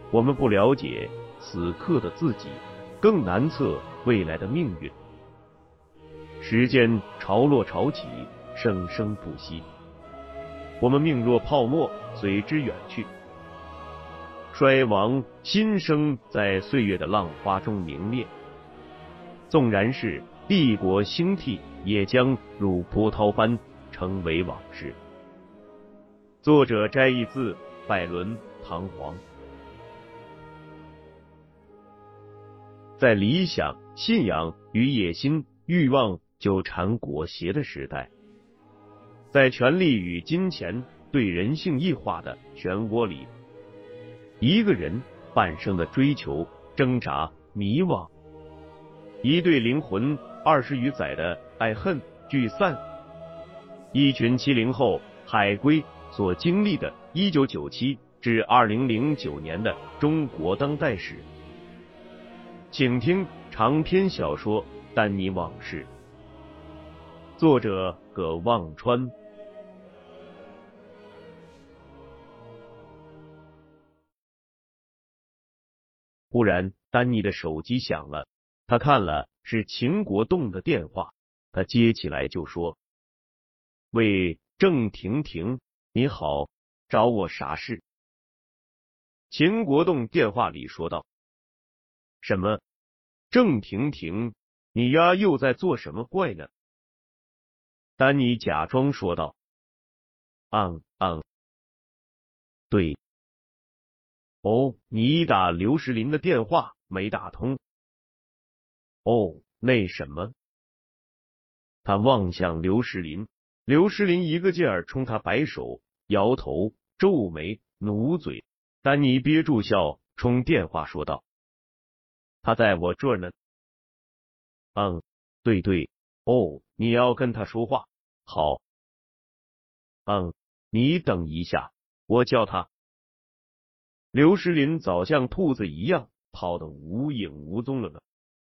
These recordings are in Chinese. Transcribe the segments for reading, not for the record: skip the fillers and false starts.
我们不了解此刻的自己，更难测未来的命运。时间潮落潮起，生生不息。我们命若泡沫，随之远去。衰亡新生在岁月的浪花中明灭。纵然是帝国兴替，也将如波涛般成为往事。作者摘译自拜伦·唐璜。在理想、信仰与野心、欲望纠缠裹挟的时代，在权力与金钱对人性异化的漩涡里，一个人半生的追求、挣扎、迷惘，一对灵魂20余载的爱恨聚散，一群70后海归所经历的1997至2009年的中国当代史。请听长篇小说《丹尼往事》，作者葛望川。忽然，丹尼的手机响了，他看了，是秦国栋的电话。他接起来就说：“喂，郑婷婷，你好，找我啥事？”秦国栋电话里说道：“什么？郑婷婷，你呀又在做什么怪呢？”丹尼假装说道：“对。哦，你打刘石林的电话没打通。哦，那什么？”他望向刘石林，刘石林一个劲儿冲他摆手、摇头、皱眉、努嘴。丹尼憋住笑，冲电话说道：“他在我这儿呢。”对。哦，你要跟他说话？好。你等一下，我叫他。刘石林早像兔子一样跑得无影无踪了呢。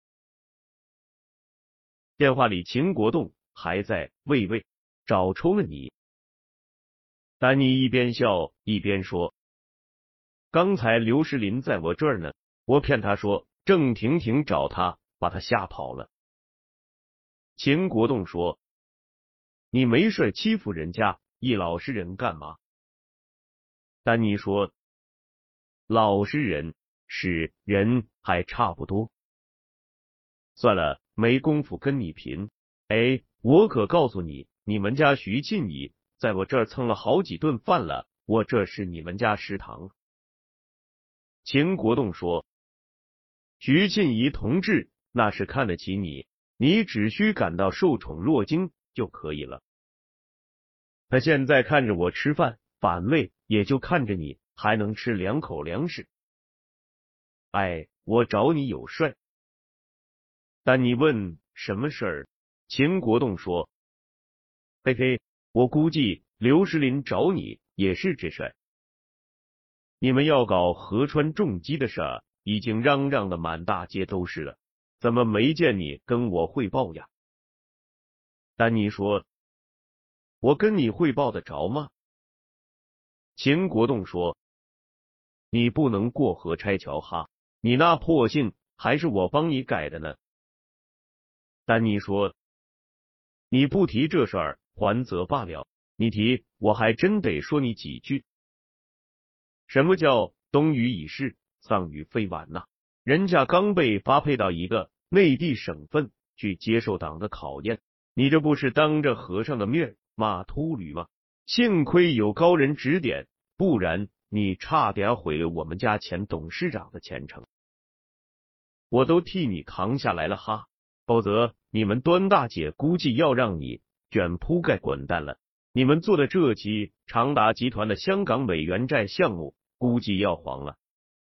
电话里秦国栋还在喂，找抽了你。丹尼一边笑一边说：“刚才刘石林在我这儿呢，我骗他说郑婷婷找他，把他吓跑了。”秦国栋说：“你没事欺负人家一老实人干嘛？”丹尼说：“老实人是人还差不多。算了，没工夫跟你贫。哎，我可告诉你，你们家徐庆怡在我这儿蹭了好几顿饭了，我这是你们家食堂。”秦国栋说：“徐庆怡同志那是看得起你，你只需感到受宠若惊就可以了。他现在看着我吃饭反胃，也就看着你还能吃2口粮食。哎，我找你有事。”丹尼问：“什么事儿？”秦国栋说：“嘿嘿，我估计刘石林找你也是这事儿。你们要搞河川重机的事儿，已经嚷嚷的满大街都是了，怎么没见你跟我汇报呀？”丹尼说：“我跟你汇报得着吗？”秦国栋说：“你不能过河拆桥哈，你那破信还是我帮你改的呢。”丹尼说：“你不提这事儿还则罢了，你提我还真得说你几句。什么叫冬雨已逝，丧雨非晚呐？人家刚被发配到一个内地省份去接受党的考验，你这不是当着和尚的面骂秃驴吗？幸亏有高人指点，不然你差点毁了我们家前董事长的前程。我都替你扛下来了哈。否则你们端大姐估计要让你卷铺盖滚蛋了。你们做的这期长达集团的香港委员债项目估计要黄了。”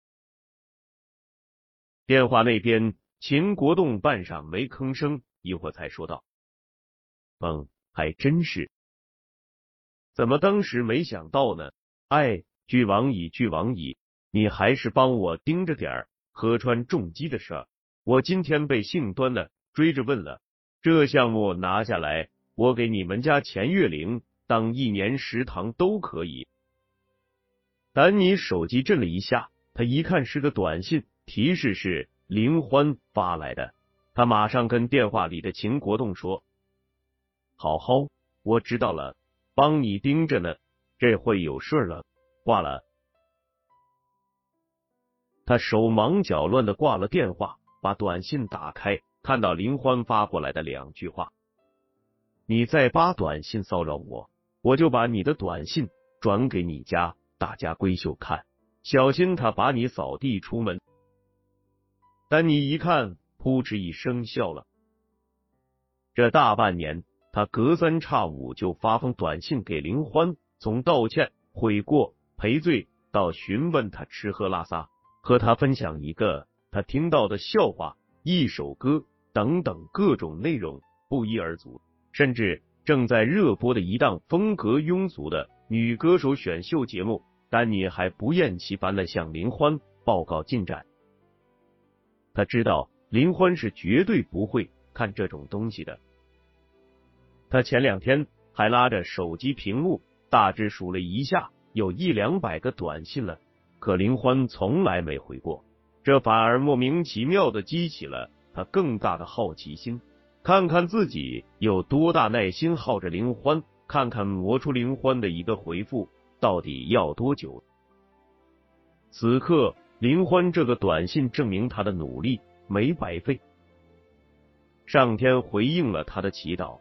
电话那边秦国栋半晌没吭声，一会儿才说道：“还真是。怎么当时没想到呢？哎，俱往矣，你还是帮我盯着点儿河川重机的事儿。我今天被姓端的追着问了，这项目拿下来，我给你们家钱月龄当1年食堂都可以。”丹尼手机震了一下， 他一看是个短信，提示是林欢发来的，他马上跟电话里的秦国栋说：“好，我知道了，帮你盯着呢，这会有事了。”挂了。他手忙脚乱的挂了电话，把短信打开，看到林欢发过来的2句话：“你再发短信骚扰我，我就把你的短信转给你家大家闺秀看，小心他把你扫地出门。”丹尼一看，扑哧一声笑了。这大半年，他隔三差五就发封短信给林欢，从道歉、悔过、赔罪到询问他吃喝拉撒，和他分享一个他听到的笑话、一首歌等等各种内容不一而足，甚至正在热播的一档风格庸俗的女歌手选秀节目，丹尼还不厌其烦地向林欢报告进展。他知道林欢是绝对不会看这种东西的。他前2天还拉着手机屏幕大致数了一下，有100-200个短信了，可林欢从来没回过，这反而莫名其妙的激起了他更大的好奇心，看看自己有多大耐心耗着林欢，看看磨出林欢的一个回复到底要多久。此刻林欢这个短信证明他的努力没白费，上天回应了他的祈祷。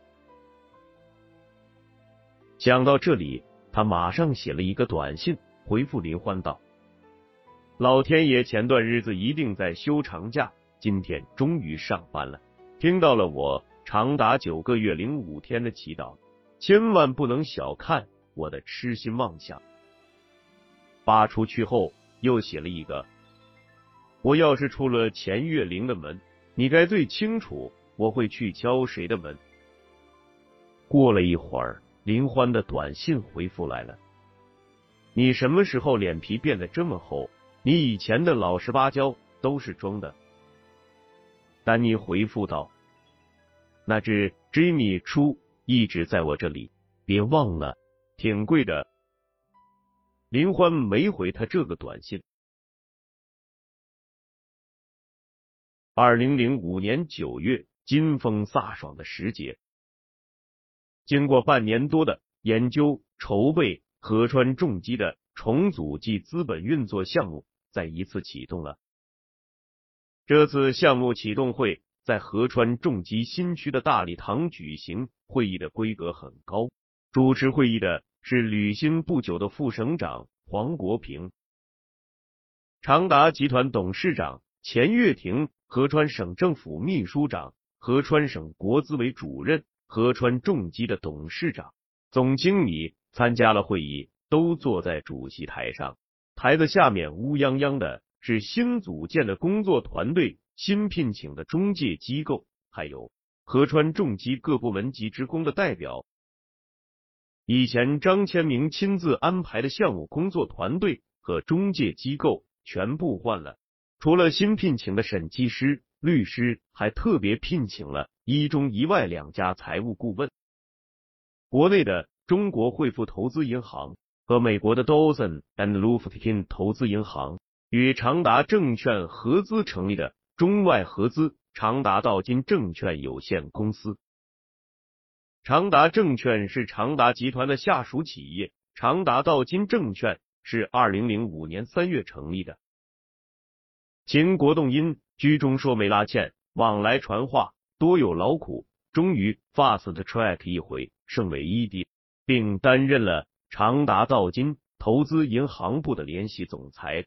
想到这里，他马上写了一个短信回复林欢道：“老天爷前段日子一定在休长假，今天终于上班了，听到了我长达9个月零5天的祈祷，千万不能小看我的痴心妄想。”发出去后又写了一个：“我要是出了钱月玲的门，你该最清楚我会去敲谁的门。”过了一会儿，林欢的短信回复来了：“你什么时候脸皮变得这么厚？你以前的老实巴交都是装的。”丹尼回复道：“那只 Jimmy Choo 一直在我这里，别忘了，挺贵的。”林欢没回他这个短信。2005年9月，金风飒爽的时节，经过半年多的研究筹备，河川重机的重组暨资本运作项目再一次启动了。这次项目启动会在河川重机新区的大礼堂举行，会议的规格很高，主持会议的是履新不久的副省长黄国平，长达集团董事长钱跃亭，河川省政府秘书长，河川省国资委主任，河川重机的董事长、总经理参加了会议，都坐在主席台上。台子下面乌泱泱的是新组建的工作团队、新聘请的中介机构，还有河川重机各部门及职工的代表。以前张千明亲自安排的项目工作团队和中介机构全部换了，除了新聘请的审计师、律师，还特别聘请了一中一外2家财务顾问。国内的中国汇富投资银行和美国的 Dawson and Lufkin 投资银行与长达证券合资成立的中外合资长达道金证券有限公司。长达证券是长达集团的下属企业，长达道金证券是2005年3月成立的。秦国栋因居中说没拉欠，往来传话，多有劳苦，终于 fast track 一回，升为ED，并担任了长达道金投资银行部的联席总裁。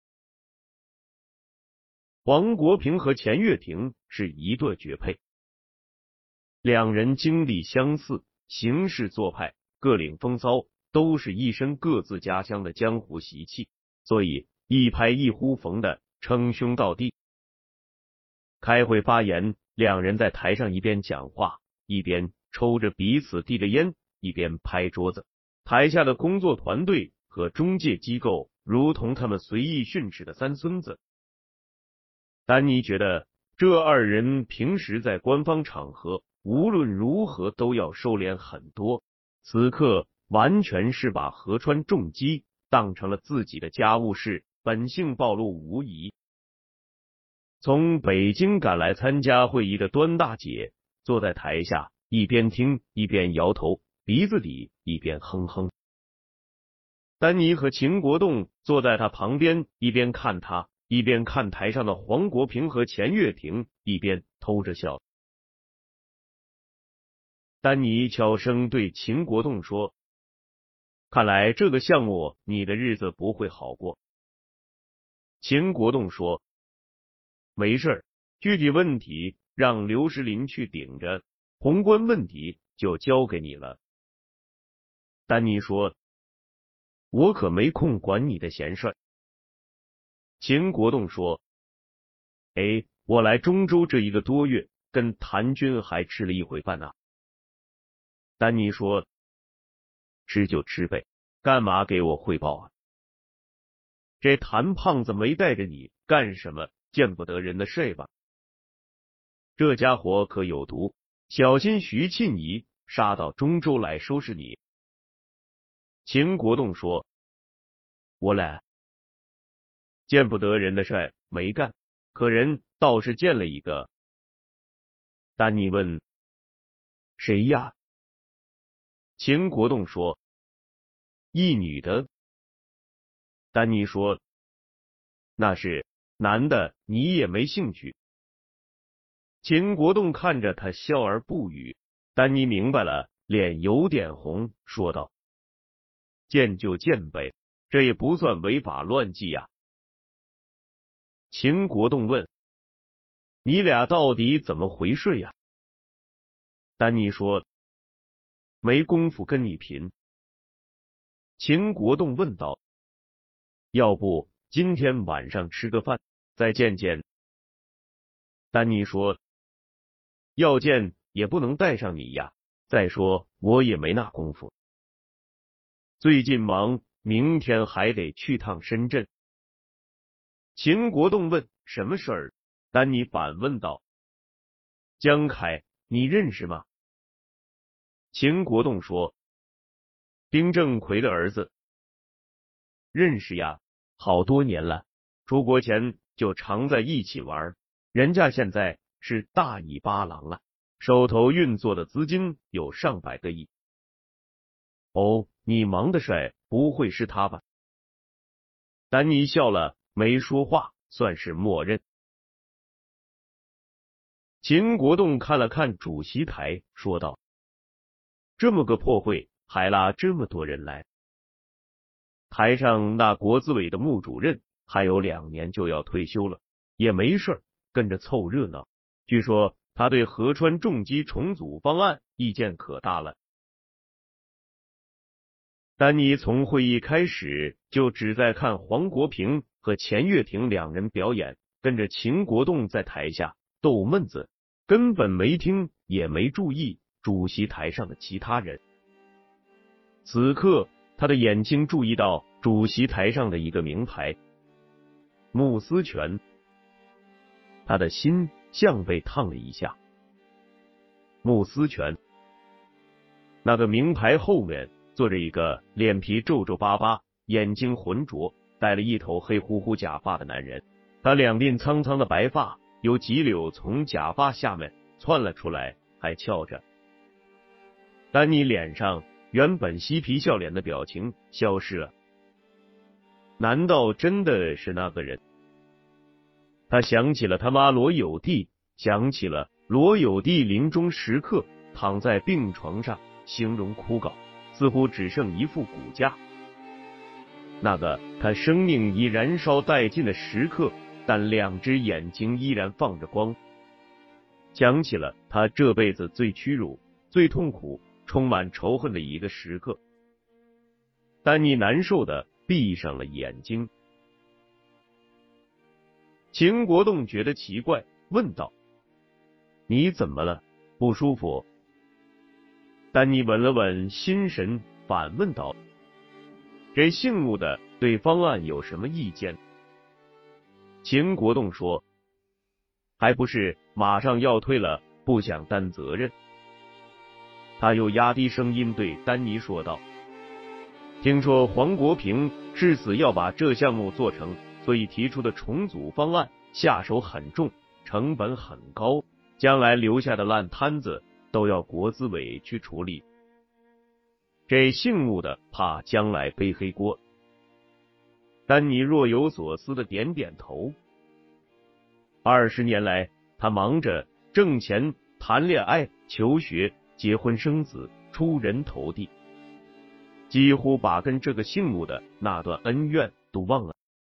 黄国平和钱跃亭是一对绝配，两人经历相似，行事做派，各领风骚，都是一身各自家乡的江湖习气，所以一拍一呼逢的称兄道弟。开会发言，两人在台上一边讲话，一边抽着彼此递的烟，一边拍桌子。台下的工作团队和中介机构如同他们随意训斥的三孙子。丹尼觉得这二人平时在官方场合无论如何都要收敛很多，此刻完全是把河川重机当成了自己的家务事， 本性暴露无遗。从北京赶来参加会议的端大姐坐在台下，一边听一边摇头，鼻子里一边哼哼。丹尼和秦国栋坐在他旁边，一边看他，一边看台上的黄国平和钱月亭，一边偷着笑。丹尼悄声对秦国栋说：“看来这个项目你的日子不会好过。”秦国栋说：“没事儿，具体问题让刘石林去顶着，宏观问题就交给你了。”丹尼说：“我可没空管你的闲事。”秦国栋说：“哎，我来中州这1个多月，跟谭军还吃了一回饭呢。”丹尼说：“吃就吃呗，干嘛给我汇报啊？这谭胖子没带着你干什么见不得人的事吧？这家伙可有毒，小心徐庆仪杀到中州来收拾你。”秦国栋说：“我俩见不得人的事没干，可人倒是见了一个。”丹尼问：“谁呀？”秦国栋说：“一女的。”丹尼说：“那是男的，你也没兴趣。”秦国栋看着他笑而不语，丹尼明白了，脸有点红，说道：“见就见呗，这也不算违法乱纪呀。”秦国栋问：“你俩到底怎么回事呀？”丹尼说：“没工夫跟你贫。”秦国栋问道：“要不今天晚上吃个饭，再见见？”丹尼说：“要见也不能带上你呀，再说我也没那功夫，最近忙，明天还得去趟深圳。”秦国栋问：“什么事儿？”丹尼反问道：“江凯，你认识吗？”秦国栋说：“丁正奎的儿子。”“认识呀，好多年了，出国前就常在一起玩，人家现在是大尾巴狼了，手头运作的资金有上百个亿。”“哦，你忙的事不会是他吧？”丹尼笑了，没说话，算是默认。秦国栋看了看主席台，说道：“这么个破会，还拉这么多人来。台上那国资委的穆主任还有2年就要退休了，也没事跟着凑热闹。据说他对合川重机重组方案意见可大了。”丹尼从会议开始就只在看黄国平和钱月亭2人表演，跟着秦国栋在台下逗闷子，根本没听也没注意主席台上的其他人。此刻他的眼睛注意到主席台上的一个名牌穆思全，他的心像被烫了一下。穆思全，那个名牌后面坐着一个脸皮皱皱巴巴、眼睛浑浊、戴了一头黑乎乎假发的男人，他2鬓苍苍的白发有几绺从假发下面窜了出来，还翘着。丹尼脸上原本嬉皮笑脸的表情消失了。难道真的是那个人？他想起了他妈罗有弟，想起了罗有弟临终时刻躺在病床上，形容枯槁，似乎只剩一副骨架。那个他生命已燃烧殆尽的时刻，但2只眼睛依然放着光。想起了他这辈子最屈辱、最痛苦、充满仇恨的一个时刻。丹尼难受的闭上了眼睛。秦国栋觉得奇怪，问道：“你怎么了？不舒服？”丹尼稳了稳心神，反问道：“这姓穆的对方案有什么意见？”秦国栋说：“还不是马上要退了，不想担责任。”他又压低声音对丹尼说道：“听说黄国平誓死要把这项目做成， 所以提出的重组方案下手很重，成本很高，将来留下的烂摊子都要国资委去处理。这姓穆的怕将来背黑锅。丹尼若有所思的点点头。20年来，他忙着挣钱、谈恋爱、求学、结婚生子，出人头地，几乎把跟这个姓穆的那段恩怨都忘了。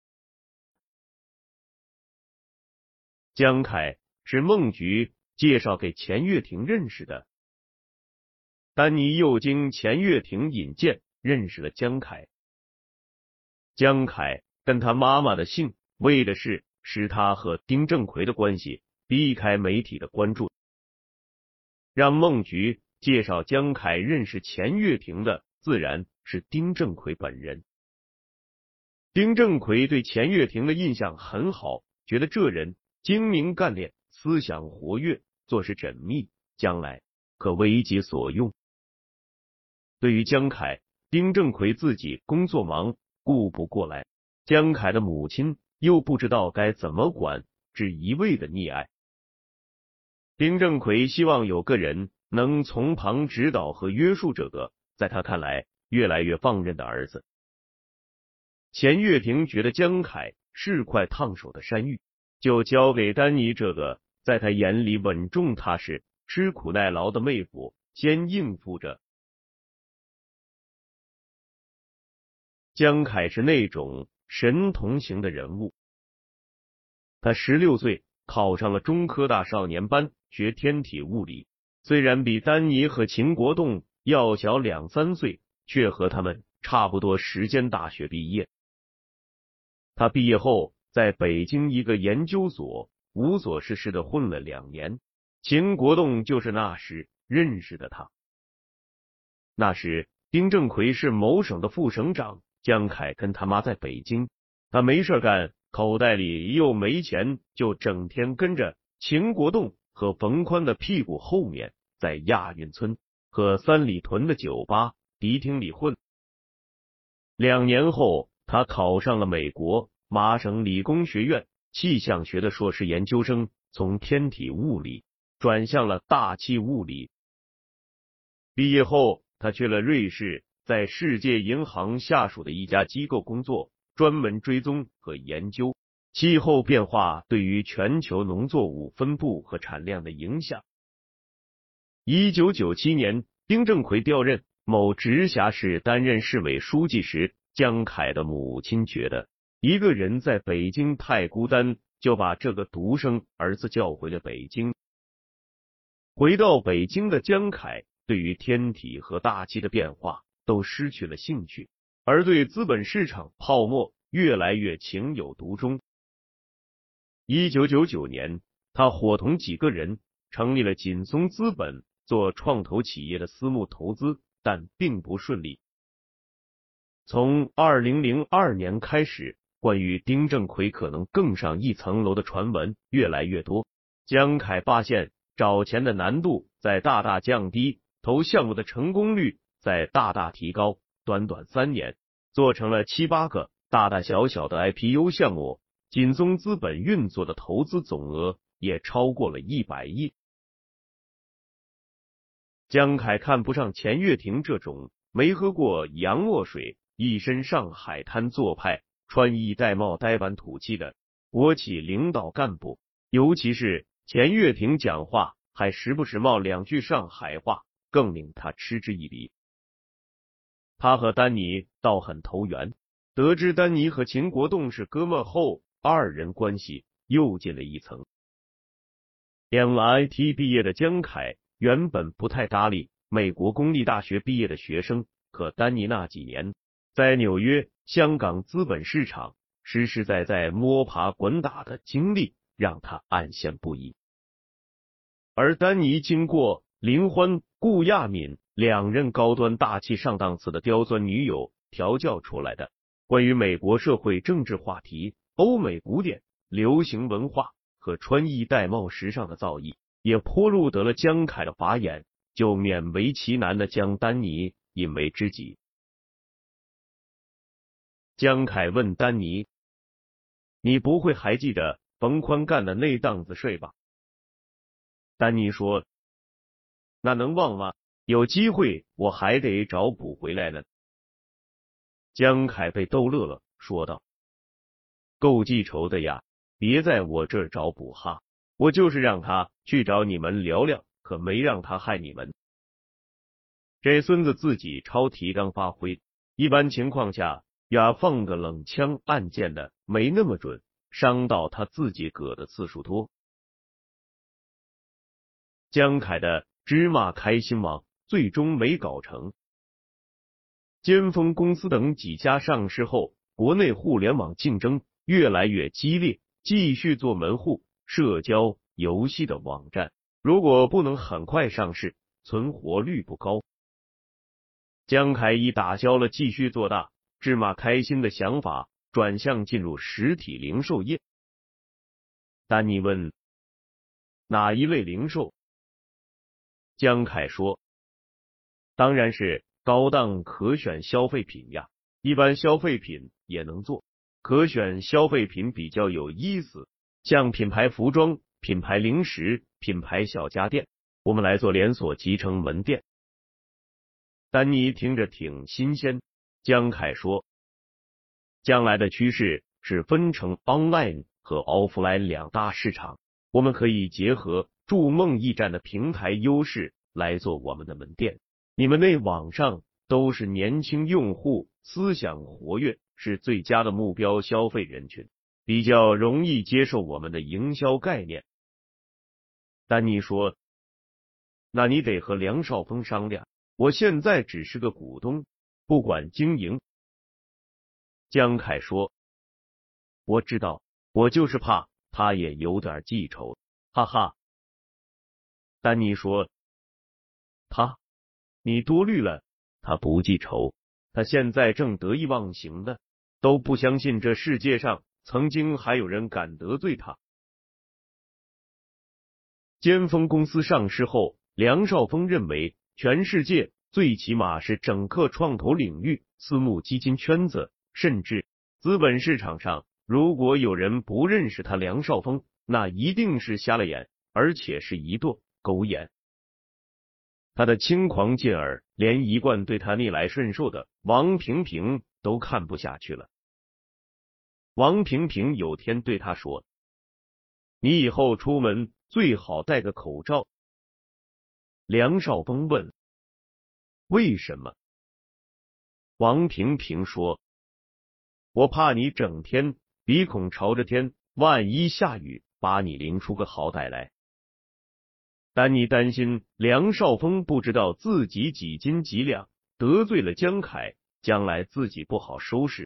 江凯是孟菊介绍给钱岳庭认识的，丹尼又经钱岳庭引荐认识了江凯。江凯跟他妈妈的姓，为的是使他和丁正奎的关系避开媒体的关注。让孟菊介绍江凯认识钱岳庭的，自然是丁正奎本人。丁正奎对钱岳庭的印象很好，觉得这人精明干练，思想活跃，做事缜密，将来可为己所用。对于江凯，丁正奎自己工作忙，顾不过来，江凯的母亲又不知道该怎么管，只一味的溺爱。丁正奎希望有个人能从旁指导和约束这个在他看来越来越放任的儿子。钱岳庭觉得江凯是块烫手的山芋，就交给丹尼这个在他眼里稳重踏实、吃苦耐劳的妹夫先应付着。江凯是那种神童型的人物，他16岁考上了中科大少年班学天体物理，虽然比丹尼和秦国栋要小2、3岁，却和他们差不多时间大学毕业。他毕业后在北京一个研究所无所事事的混了2年，秦国栋就是那时认识的他。那时丁正奎是某省的副省长，江凯跟他妈在北京，他没事干，口袋里又没钱，就整天跟着秦国栋和冯宽的屁股后面，在亚运村和三里屯的酒吧、迪厅里混。2年后，他考上了美国麻省理工学院气象学的硕士研究生，从天体物理转向了大气物理。毕业后，他去了瑞士，在世界银行下属的一家机构工作，专门追踪和研究气候变化对于全球农作物分布和产量的影响。1997年，丁正奎调任某直辖市担任市委书记时，江凯的母亲觉得一个人在北京太孤单，就把这个独生儿子叫回了北京。回到北京的江凯对于天体和大气的变化都失去了兴趣，而对资本市场泡沫越来越情有独钟。1999年，他伙同几个人成立了锦松资本，做创投企业的私募投资，但并不顺利。从2002年开始，关于丁正奎可能更上一层楼的传闻越来越多。江凯发现找钱的难度在大大降低，投项目的成功率在大大提高，短短3年，做成了7、8个大大小小的 IPO 项目，锦松资本运作的投资总额也超过了100亿。江凯看不上钱岳庭这种没喝过洋墨水、一身上海滩做派、穿衣戴帽、呆板土气的国企领导干部，尤其是钱岳庭讲话还时不时冒2句上海话，更令他嗤之以鼻。他和丹尼倒很投缘，得知丹尼和秦国栋是哥们后，2人关系又进了一层。MIT 毕业的江凯原本不太搭理美国公立大学毕业的学生，可丹尼那几年在纽约、香港资本市场实实在在摸爬滚打的经历，让他暗羡不已。而丹尼经过林欢、顾亚敏2任高端大气上档次的刁钻女友调教出来的关于美国社会政治话题、欧美古典流行文化和穿衣戴帽时尚的造诣，也颇入得了江凯的法眼，就勉为其难的将丹尼引为知己。江凯问丹尼： 你不会还记得冯宽干的那档子税吧？丹尼说，那能忘吗？有机会我还得找补回来呢。江凯被逗乐了，说道，够记仇的呀，别在我这儿找补哈，我就是让他去找你们聊聊，可没让他害你们。这孙子自己抄提纲发挥，一般情况下呀放个冷枪暗箭的没那么准，伤到他自己葛的次数多。江凯的芝麻开心网最终没搞成。尖峰公司等几家上市后，国内互联网竞争越来越激烈，继续做门户社交游戏的网站，如果不能很快上市，存活率不高。江凯已打消了继续做大芝麻开心的想法，转向进入实体零售业。丹尼问，哪一类零售？江凯说，当然是高档可选消费品呀，一般消费品也能做，可选消费品比较有意思，像品牌服装、品牌零食、品牌小家电，我们来做连锁集成门店。丹尼听着挺新鲜。江凯说，将来的趋势是分成 online 和 offline 两大市场，我们可以结合筑梦驿站的平台优势来做我们的门店。你们那网上都是年轻用户，思想活跃，是最佳的目标消费人群，比较容易接受我们的营销概念。丹尼说，那你得和梁少峰商量，我现在只是个股东，不管经营。江凯说，我知道，我就是怕他也有点记仇，哈哈。丹尼说，你多虑了，他不记仇，他现在正得意忘形的，都不相信这世界上曾经还有人敢得罪他。尖峰公司上市后，梁少峰认为全世界最起码是整个创投领域、私募基金圈子，甚至资本市场上，如果有人不认识他梁少峰，那一定是瞎了眼，而且是一对狗眼。他的轻狂劲儿，连一贯对他逆来顺受的王平平都看不下去了。王平平有天对他说，你以后出门最好戴个口罩。梁少峰问，为什么？王平平说，我怕你整天鼻孔朝着天，万一下雨把你淋出个好歹来。丹尼担心梁少峰不知道自己几斤几两，得罪了江凯，将来自己不好收拾。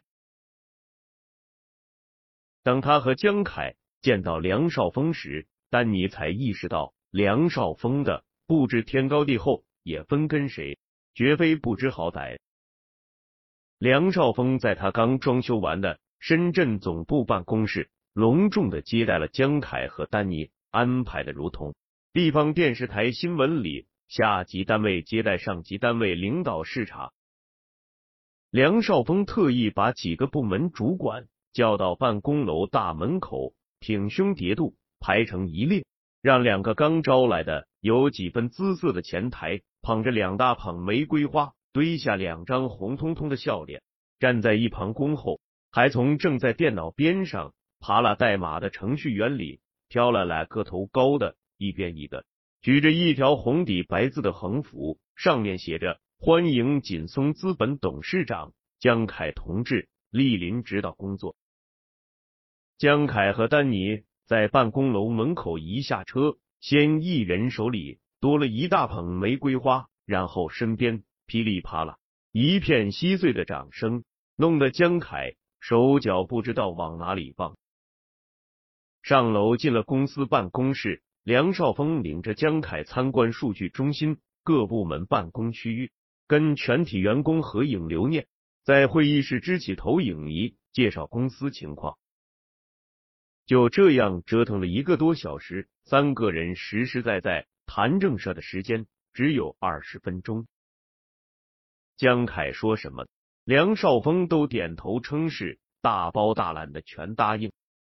等他和江凯见到梁少峰时，丹尼才意识到梁少峰的不知天高地厚，也分跟谁，绝非不知好歹。梁少峰在他刚装修完的深圳总部办公室，隆重的接待了江凯和丹尼，安排的如同地方电视台新闻里下级单位接待上级单位领导视察。梁少峰特意把几个部门主管叫到办公楼大门口，挺胸叠肚排成一列，让两个刚招来的有几分姿色的前台捧着2大捧玫瑰花，堆下2张红彤彤的笑脸，站在一旁恭候，还从正在电脑边上爬了代码的程序员里挑了2个头高的，一边一个举着一条红底白字的横幅，上面写着欢迎锦松资本董事长江凯同志莅临指导工作。江凯和丹尼在办公楼门口一下车，先一人手里多了1大捧玫瑰花，然后身边噼里啪啦一片稀碎的掌声，弄得江凯手脚不知道往哪里放。上楼进了公司办公室，梁少峰领着江凯参观数据中心各部门办公区域，跟全体员工合影留念，在会议室支起投影仪介绍公司情况。就这样折腾了1个多小时，3个人实实在在谈正事的时间只有20分钟。江凯说什么，梁少峰都点头称是，大包大揽的全答应。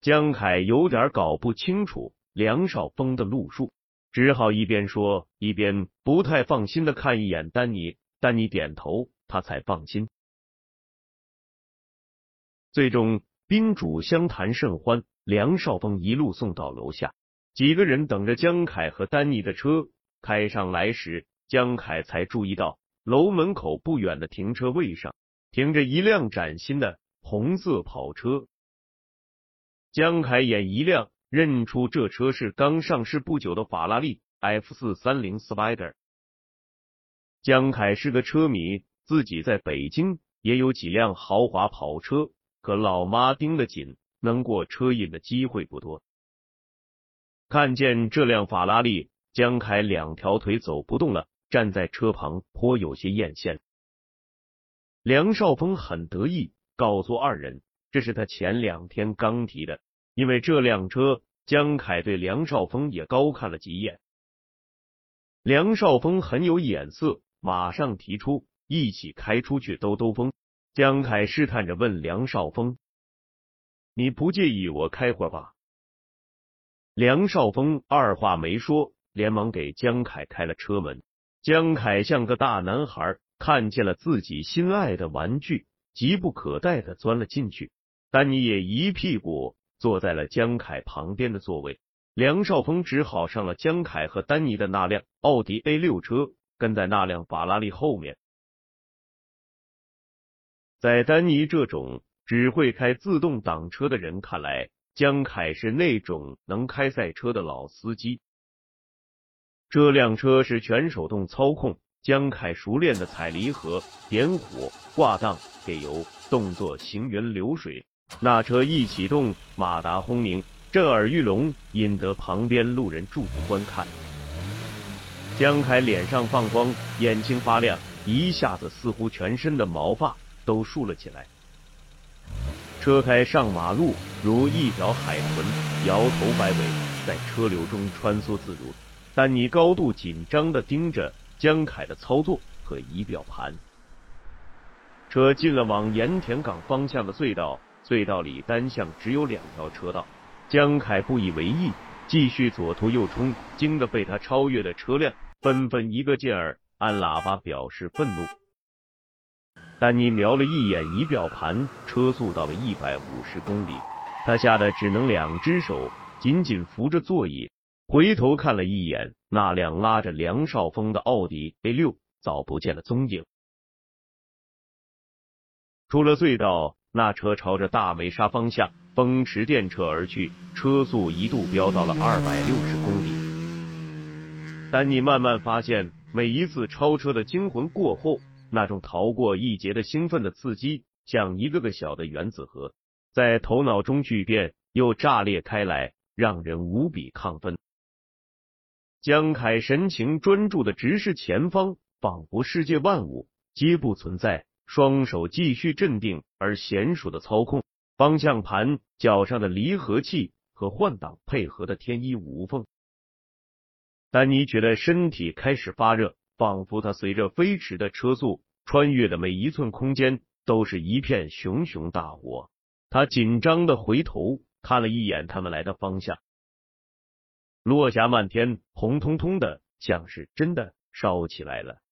江凯有点搞不清楚梁少峰的路数，只好一边说一边不太放心的看一眼丹尼。丹尼点头，他才放心。最终宾主相谈甚欢，梁少峰一路送到楼下，几个人等着江凯和丹尼的车开上来时，江凯才注意到楼门口不远的停车位上停着一辆崭新的红色跑车。江凯眼一亮，认出这车是刚上市不久的法拉利 F430 Spider。江凯是个车迷，自己在北京也有几辆豪华跑车，可老妈盯得紧，能过车瘾的机会不多。看见这辆法拉利，江凯两条腿走不动了，站在车旁颇有些艳羡。梁少峰很得意，告诉二人这是他前2天刚提的，因为这辆车，江凯对梁少峰也高看了几眼。梁少峰很有眼色，马上提出一起开出去兜兜风。江凯试探着问梁少峰：“你不介意我开会吧？”梁少峰二话没说，连忙给江凯开了车门。江凯像个大男孩，看见了自己心爱的玩具，急不可待的钻了进去。丹尼也一屁股坐在了江凯旁边的座位。梁少峰只好上了江凯和丹尼的那辆奥迪 A6 车，跟在那辆法拉利后面。在丹尼这种只会开自动挡车的人看来，江凯是那种能开赛车的老司机。这辆车是全手动操控，江凯熟练的踩离合、点火、挂档、给油，动作行云流水。那车一启动，马达轰鸣，震耳欲聋，引得旁边路人驻足观看。江凯脸上放光，眼睛发亮，一下子似乎全身的毛发都竖了起来。车开上马路，如一条海豚，摇头摆尾，在车流中穿梭自如。丹尼高度紧张地盯着江凯的操作和仪表盘。车进了往盐田港方向的隧道，隧道里单向只有2条车道。江凯不以为意，继续左突右冲，惊得被他超越的车辆纷纷一个劲儿按喇叭表示愤怒。丹尼瞄了一眼仪表盘，车速到了150公里，他吓得只能2只手紧紧扶着座椅，回头看了一眼那辆拉着梁少峰的奥迪 A6， 早不见了踪影。出了隧道，那车朝着大梅沙方向风驰电掣而去，车速一度飙到了260公里。丹尼慢慢发现，每一次超车的惊魂过后，那种逃过一劫的兴奋的刺激，像一个个小的原子核，在头脑中聚变又炸裂开来，让人无比亢奋。江凯神情专注的直视前方，仿佛世界万物皆不存在，双手继续镇定而娴熟的操控方向盘，脚上的离合器和换挡配合的天衣无缝。丹尼觉得身体开始发热，仿佛他随着飞驰的车速穿越的每一寸空间都是一片熊熊大火。他紧张的回头看了一眼他们来的方向，落霞漫天，红彤彤的，像是真的烧起来了。